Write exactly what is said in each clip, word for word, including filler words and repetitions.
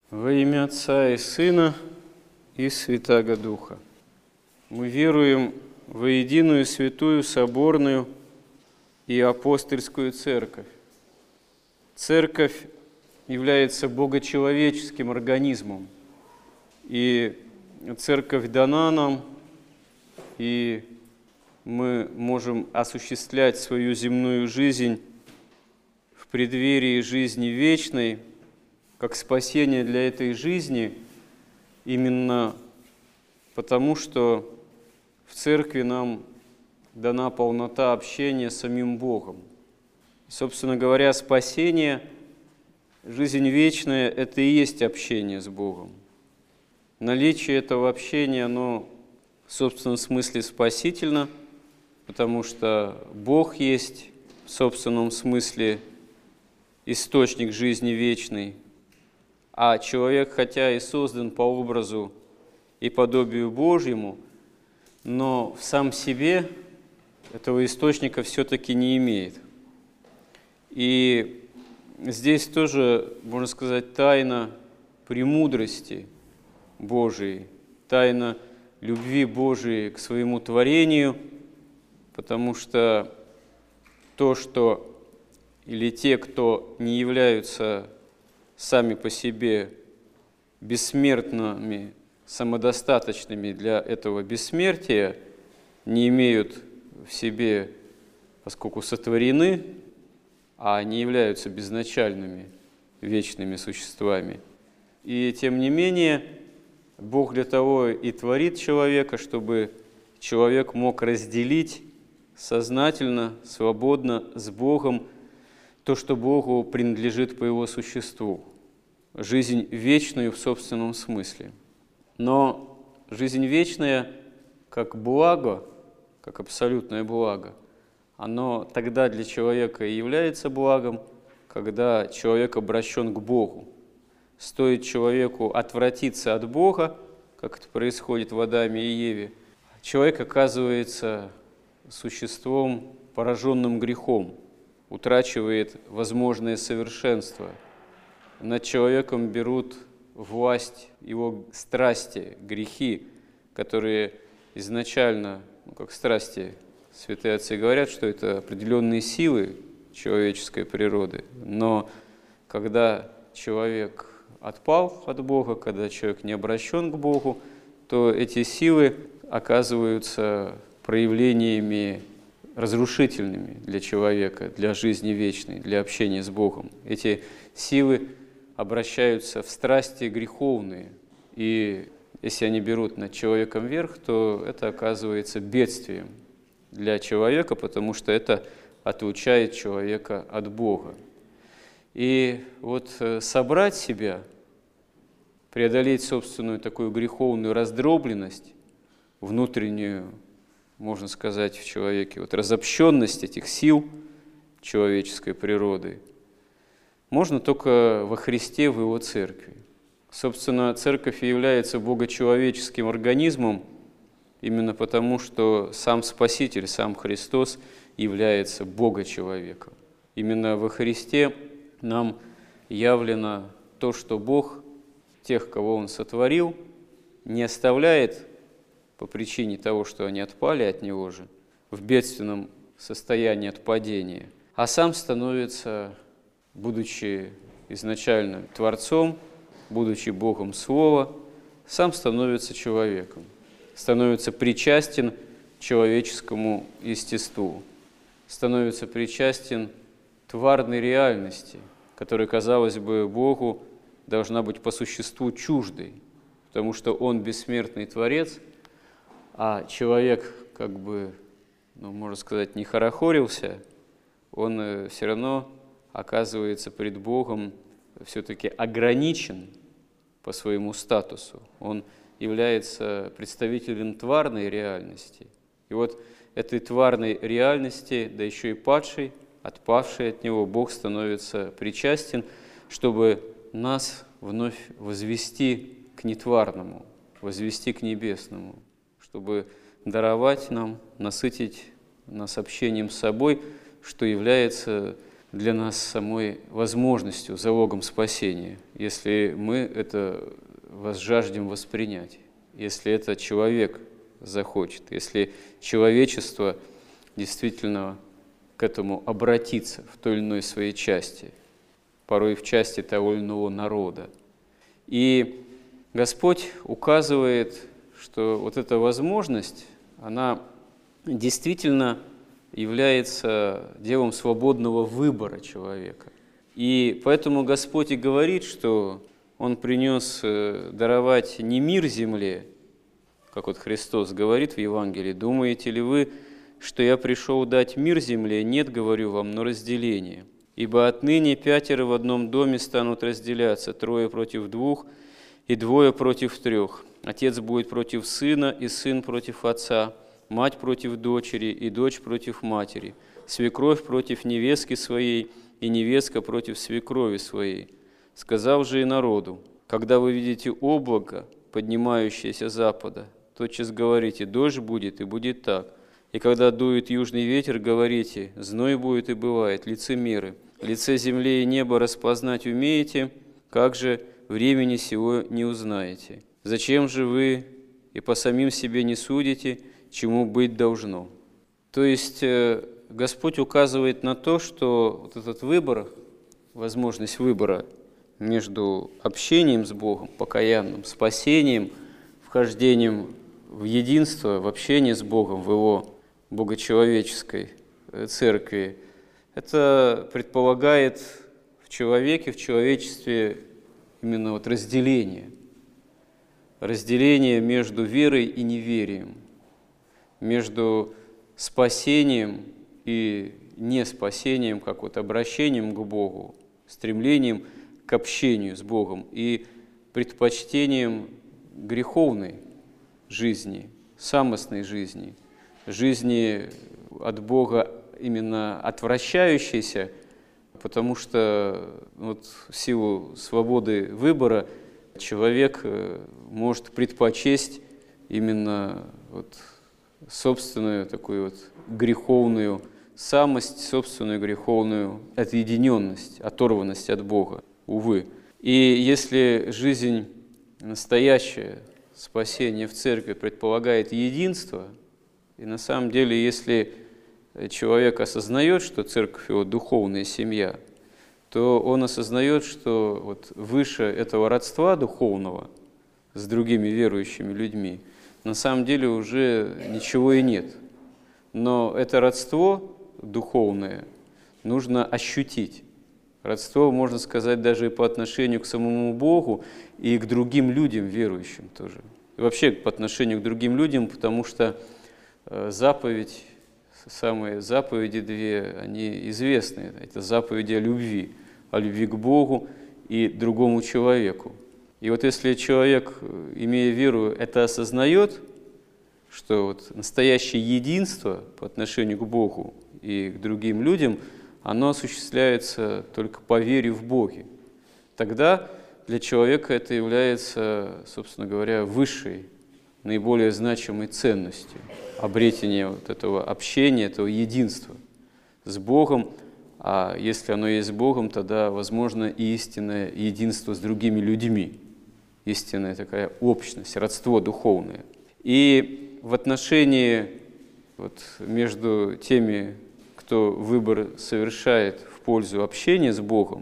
Во имя Отца и Сына и Святаго Духа. Мы веруем во единую святую соборную и апостольскую церковь. Церковь является богочеловеческим организмом, и церковь дана нам, и мы можем осуществлять свою земную жизнь в преддверии жизни вечной, как спасение для этой жизни, именно потому, что в церкви нам дана полнота общения с самим Богом. И, собственно говоря, спасение, жизнь вечная – это и есть общение с Богом. Наличие этого общения, оно в собственном смысле спасительно, потому что Бог есть в собственном смысле источник жизни вечной, а человек, хотя и создан по образу и подобию Божьему, но в сам себе этого источника все-таки не имеет. И здесь тоже, можно сказать, тайна премудрости Божией, тайна любви Божией к своему творению, потому что то, что или те, кто не являются сами по себе бессмертными, самодостаточными для этого бессмертия, не имеют в себе, поскольку сотворены, а не являются безначальными, вечными существами. И тем не менее, Бог для того и творит человека, чтобы человек мог разделить сознательно, свободно с Богом то, что Богу принадлежит по его существу, жизнь вечную в собственном смысле. Но жизнь вечная, как благо, как абсолютное благо, оно тогда для человека и является благом, когда человек обращен к Богу. Стоит человеку отвратиться от Бога, как это происходит в Адаме и Еве, человек оказывается существом, пораженным грехом, утрачивает возможное совершенство. Над человеком берут власть его страсти, грехи, которые изначально, ну, как страсти, святые отцы говорят, что это определенные силы человеческой природы, но когда человек отпал от Бога, когда человек не обращен к Богу, то эти силы оказываются проявлениями разрушительными для человека, для жизни вечной, для общения с Богом. Эти силы обращаются в страсти греховные, и если они берут над человеком верх, то это оказывается бедствием для человека, потому что это отлучает человека от Бога. И вот собрать себя, преодолеть собственную такую греховную раздробленность, внутреннюю, можно сказать, в человеке, вот разобщенность этих сил человеческой природы, можно только во Христе, в Его Церкви. Собственно, Церковь является богочеловеческим организмом именно потому, что сам Спаситель, сам Христос является Богочеловеком. Именно во Христе нам явлено то, что Бог тех, кого Он сотворил, не оставляет по причине того, что они отпали от Него же, в бедственном состоянии от падения, а сам становится, будучи изначально Творцом, будучи Богом Слова, сам становится человеком, становится причастен к человеческому естеству, становится причастен тварной реальности, которая, казалось бы, Богу должна быть по существу чуждой, потому что Он бессмертный Творец, а человек, как бы, ну, можно сказать, не хорохорился, он все равно оказывается пред Богом все-таки ограничен по своему статусу. Он является представителем тварной реальности. И вот этой тварной реальности, да еще и падшей, отпавшей от Него, Бог становится причастен, чтобы нас вновь возвести к нетварному, возвести к небесному, чтобы даровать нам, насытить нас общением с собой, что является для нас самой возможностью, залогом спасения, если мы это возжаждем воспринять, если это человек захочет, если человечество действительно к этому обратится в той или иной своей части, порой в части того или иного народа. И Господь указывает, что вот эта возможность, она действительно является делом свободного выбора человека. И поэтому Господь и говорит, что Он принес даровать не мир земле, как вот Христос говорит в Евангелии: «Думаете ли вы, что я пришел дать мир земле? Нет, говорю вам, но разделение. Ибо отныне пятеро в одном доме станут разделяться, трое против двух и двое против трех. Отец будет против сына, и сын против отца, мать против дочери, и дочь против матери, свекровь против невестки своей, и невестка против свекрови своей. Сказав же и народу: когда вы видите облако, поднимающееся с запада, тотчас говорите: дождь будет, и будет так. И когда дует южный ветер, говорите: зной будет, и бывает, лицемеры. Лице земли и неба распознать умеете, как же времени сего не узнаете? Зачем же вы и по самим себе не судите, чему быть должно?» То есть Господь указывает на то, что вот этот выбор, возможность выбора между общением с Богом, покаянным, спасением, вхождением в единство, в общение с Богом, в Его богочеловеческой церкви, это предполагает в человеке, в человечестве именно вот разделение. Разделение между верой и неверием, между спасением и неспасением, как вот обращением к Богу, стремлением к общению с Богом и предпочтением греховной жизни, самостной жизни, жизни от Бога именно отвращающейся, потому что вот в силу свободы выбора человек может предпочесть именно вот собственную такую вот греховную самость, собственную греховную отъединенность, оторванность от Бога, увы. И если жизнь настоящая, спасение в церкви предполагает единство, и на самом деле, если человек осознает, что церковь его духовная семья, то он осознает, что вот выше этого родства духовного с другими верующими людьми на самом деле уже ничего и нет. Но это родство духовное нужно ощутить. Родство, можно сказать, даже и по отношению к самому Богу и к другим людям, верующим тоже. И вообще по отношению к другим людям, потому что заповедь, самые заповеди две, они известны. Это заповеди о любви, о любви к Богу и другому человеку. И вот если человек, имея веру, это осознает, что вот настоящее единство по отношению к Богу и к другим людям, оно осуществляется только по вере в Боге, тогда для человека это является, собственно говоря, высшей, наиболее значимой ценностью обретения вот этого общения, этого единства с Богом. А если оно есть с Богом, тогда возможно и истинное единство с другими людьми, истинная такая общность, родство духовное. И в отношении вот между теми, кто выбор совершает в пользу общения с Богом,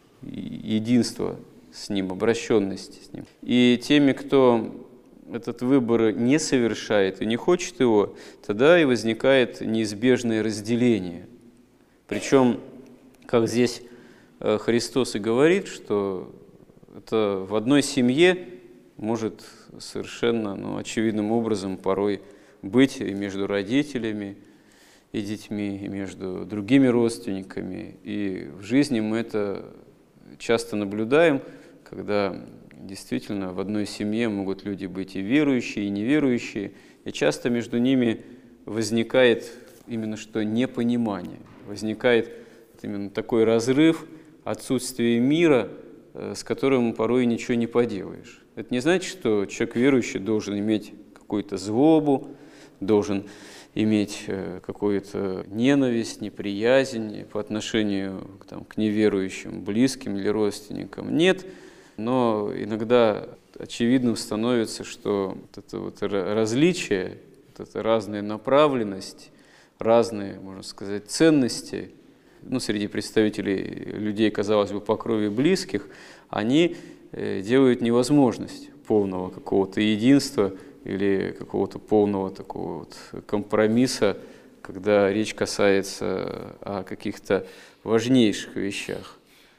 единства с Ним, обращенности с Ним, и теми, кто этот выбор не совершает и не хочет его, тогда и возникает неизбежное разделение. Причем, как здесь Христос и говорит, что это в одной семье может совершенно ну, очевидным образом порой быть и между родителями, и детьми, и между другими родственниками. И в жизни мы это часто наблюдаем, когда действительно в одной семье могут люди быть и верующие, и неверующие, и часто между ними возникает именно что непонимание, возникает именно такой разрыв, отсутствие мира, с которым порой ничего не поделаешь. Это не значит, что человек верующий должен иметь какую-то злобу, должен иметь какую-то ненависть, неприязнь по отношению там, к неверующим, близким или родственникам. Нет, но иногда очевидным становится, что вот это вот различие, вот эта разная направленность, разные, можно сказать, ценности, ну, среди представителей людей, казалось бы, по крови близких, они делают невозможность полного какого-то единства или какого-то полного такого вот компромисса, когда речь касается о каких-то важнейших вещах.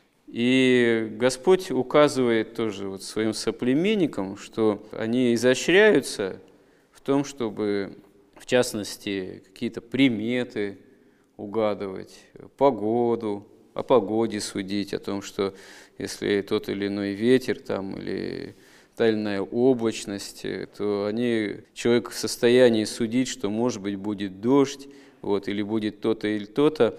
И Господь указывает тоже вот своим соплеменникам, что они изощряются в том, чтобы, в частности, какие-то приметы угадывать, погоду, о погоде судить, о том, что если тот или иной ветер там, или та или иная облачность, то они, человек в состоянии судить, что, может быть, будет дождь, вот, или будет то-то или то-то.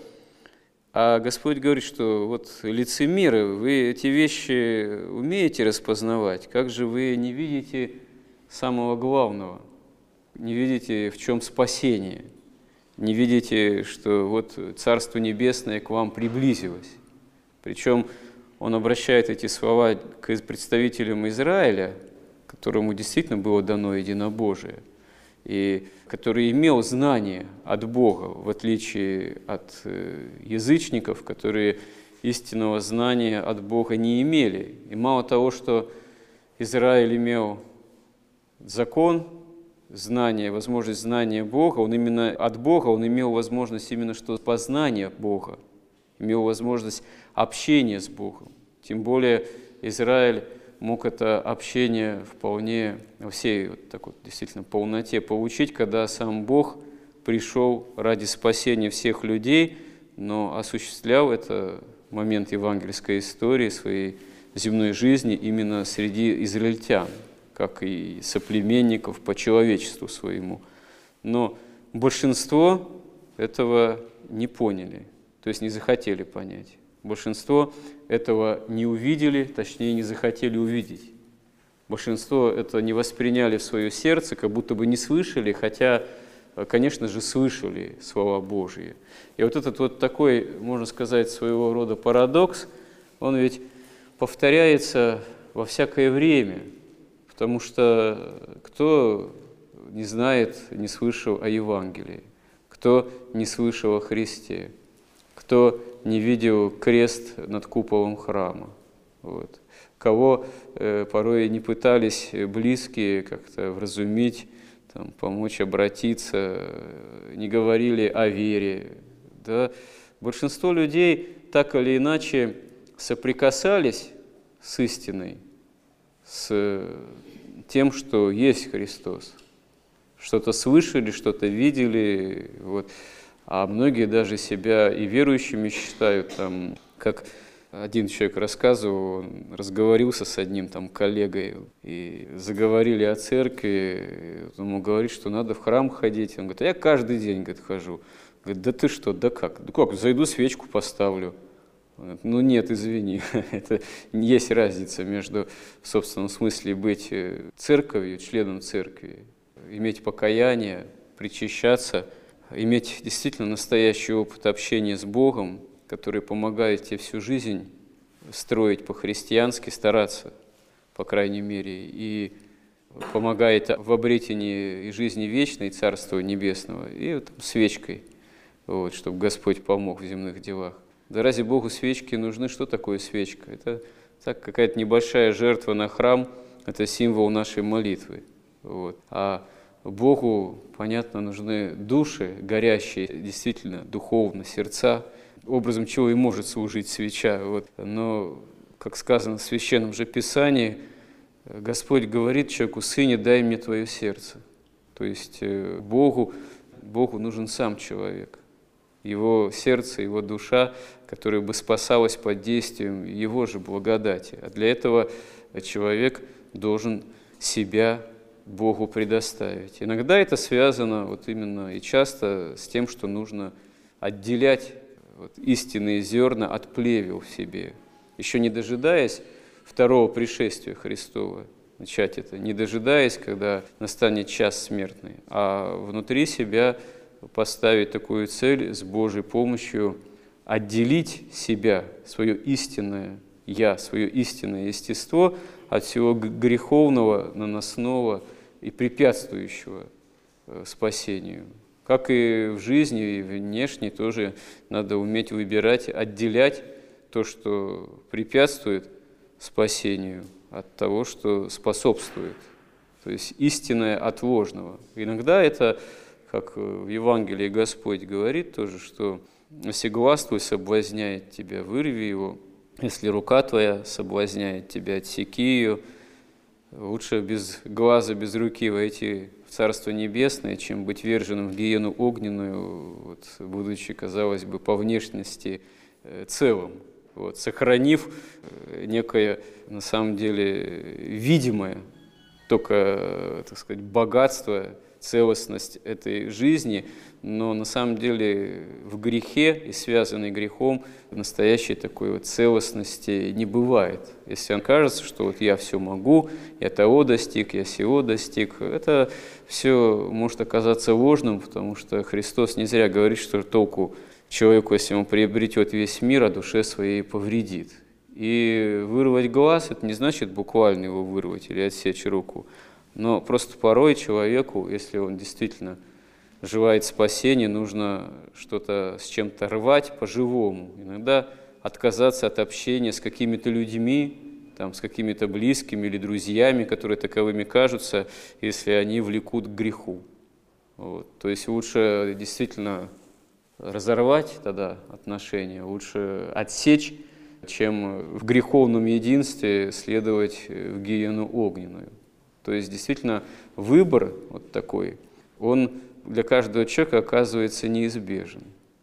А Господь говорит, что вот лицемеры, вы эти вещи умеете распознавать, как же вы не видите самого главного, не видите, в чем спасение, не видите, что вот Царство Небесное к вам приблизилось. Причем он обращает эти слова к представителям Израиля, которому действительно было дано единобожие, и который имел знание от Бога, в отличие от язычников, которые истинного знания от Бога не имели. И мало того, что Израиль имел закон, знание, возможность знания Бога, он именно от Бога, он имел возможность именно что познания Бога, имел возможность общения с Богом. Тем более Израиль мог это общение вполне во всей вот так вот, действительно полноте получить, когда сам Бог пришел ради спасения всех людей, но осуществлял это момент евангельской истории, своей земной жизни именно среди израильтян, как и соплеменников по человечеству своему. Но большинство этого не поняли, то есть не захотели понять. Большинство этого не увидели, точнее, не захотели увидеть. Большинство это не восприняли в свое сердце, как будто бы не слышали, хотя, конечно же, слышали слова Божьи. И вот этот вот такой, можно сказать, своего рода парадокс, он ведь повторяется во всякое время, потому что кто не знает, не слышал о Евангелии, кто не слышал о Христе, кто не видел крест над куполом храма, вот. Кого э, порой не пытались близкие как-то вразумить, там, помочь обратиться, э, не говорили о вере. Да? Большинство людей так или иначе соприкасались с истиной, с тем, что есть Христос. Что-то слышали, что-то видели, вот. А многие даже себя и верующими считают, там, как один человек рассказывал, он разговорился с одним там коллегой, и заговорили о церкви, он ему говорит, что надо в храм ходить. Он говорит, а я каждый день, говорит, хожу. Говорит, да ты что, да как? Да как, зайду, свечку поставлю. Он говорит, ну нет, извини, это есть разница между, в собственном смысле, быть церковью, членом церкви, иметь покаяние, причащаться, иметь действительно настоящий опыт общения с Богом, который помогает тебе всю жизнь строить по-христиански, стараться, по крайней мере, и помогает в обретении и жизни вечной, Царства Небесного, и вот, свечкой, вот, чтобы Господь помог в земных делах. Да разве Богу свечки нужны? Что такое свечка? Это так, какая-то небольшая жертва на храм, это символ нашей молитвы. Вот. А Богу, понятно, нужны души горящие, действительно, духовно, сердца, образом чего и может служить свеча. Вот. Но, как сказано в Священном же Писании, Господь говорит человеку: «Сыне, дай мне твое сердце». То есть Богу, Богу нужен сам человек, его сердце, его душа, которая бы спасалась под действием его же благодати. А для этого человек должен себя Богу предоставить. Иногда это связано вот именно и часто с тем, что нужно отделять вот истинные зерна от плевел в себе, еще не дожидаясь второго пришествия Христова, начать это, не дожидаясь, когда настанет час смертный, а внутри себя поставить такую цель с Божьей помощью отделить себя, свое истинное «я», свое истинное естество от всего греховного, наносного и препятствующего спасению. Как и в жизни, и внешне тоже надо уметь выбирать, отделять то, что препятствует спасению, от того, что способствует. То есть истинное от ложного. Иногда это, как в Евангелии Господь говорит тоже, что если глаз твой соблазняет тебя, вырви его, если рука твоя соблазняет тебя, отсеки ее. Лучше без глаза, без руки войти в Царство Небесное, чем быть верженным в гиену огненную, вот, будучи, казалось бы, по внешности целым, вот, сохранив некое, на самом деле, видимое, только, так сказать, богатство, целостность этой жизни, но на самом деле в грехе и связанной грехом настоящей такой вот целостности не бывает. Если вам кажется, что вот я все могу, я того достиг, я сего достиг, это все может оказаться ложным, потому что Христос не зря говорит, что толку человеку, если он приобретет весь мир, а душе своей повредит. И вырвать глаз – это не значит буквально его вырвать или отсечь руку, но просто порой человеку, если он действительно желает спасения, нужно что-то с чем-то рвать по-живому. Иногда отказаться от общения с какими-то людьми, там, с какими-то близкими или друзьями, которые таковыми кажутся, если они влекут к греху. Вот. То есть лучше действительно разорвать тогда отношения, лучше отсечь, чем в греховном единстве следовать в гиену огненную. То есть действительно выбор вот такой, он для каждого человека оказывается неизбежен.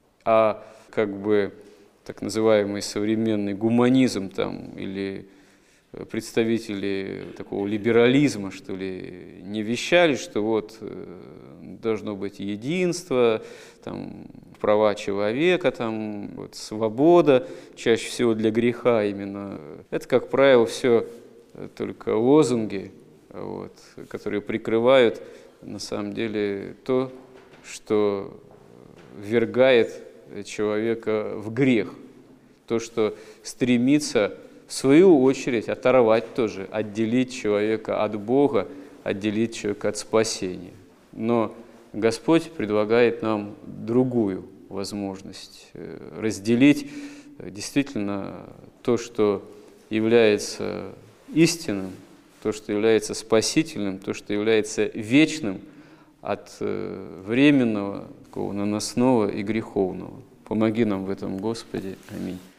А как бы так называемый современный гуманизм там, или представители такого либерализма, что ли, не вещали, что вот должно быть единство, там, права человека, там, вот, свобода, чаще всего для греха именно. Это, как правило, все только лозунги, вот, которые прикрывают на самом деле то, что ввергает человека в грех, то, что стремится в свою очередь оторвать тоже, отделить человека от Бога, отделить человека от спасения. Но Господь предлагает нам другую возможность разделить действительно то, что является истинным, то, что является спасительным, то, что является вечным, от временного, такого наносного и греховного. Помоги нам в этом, Господи. Аминь.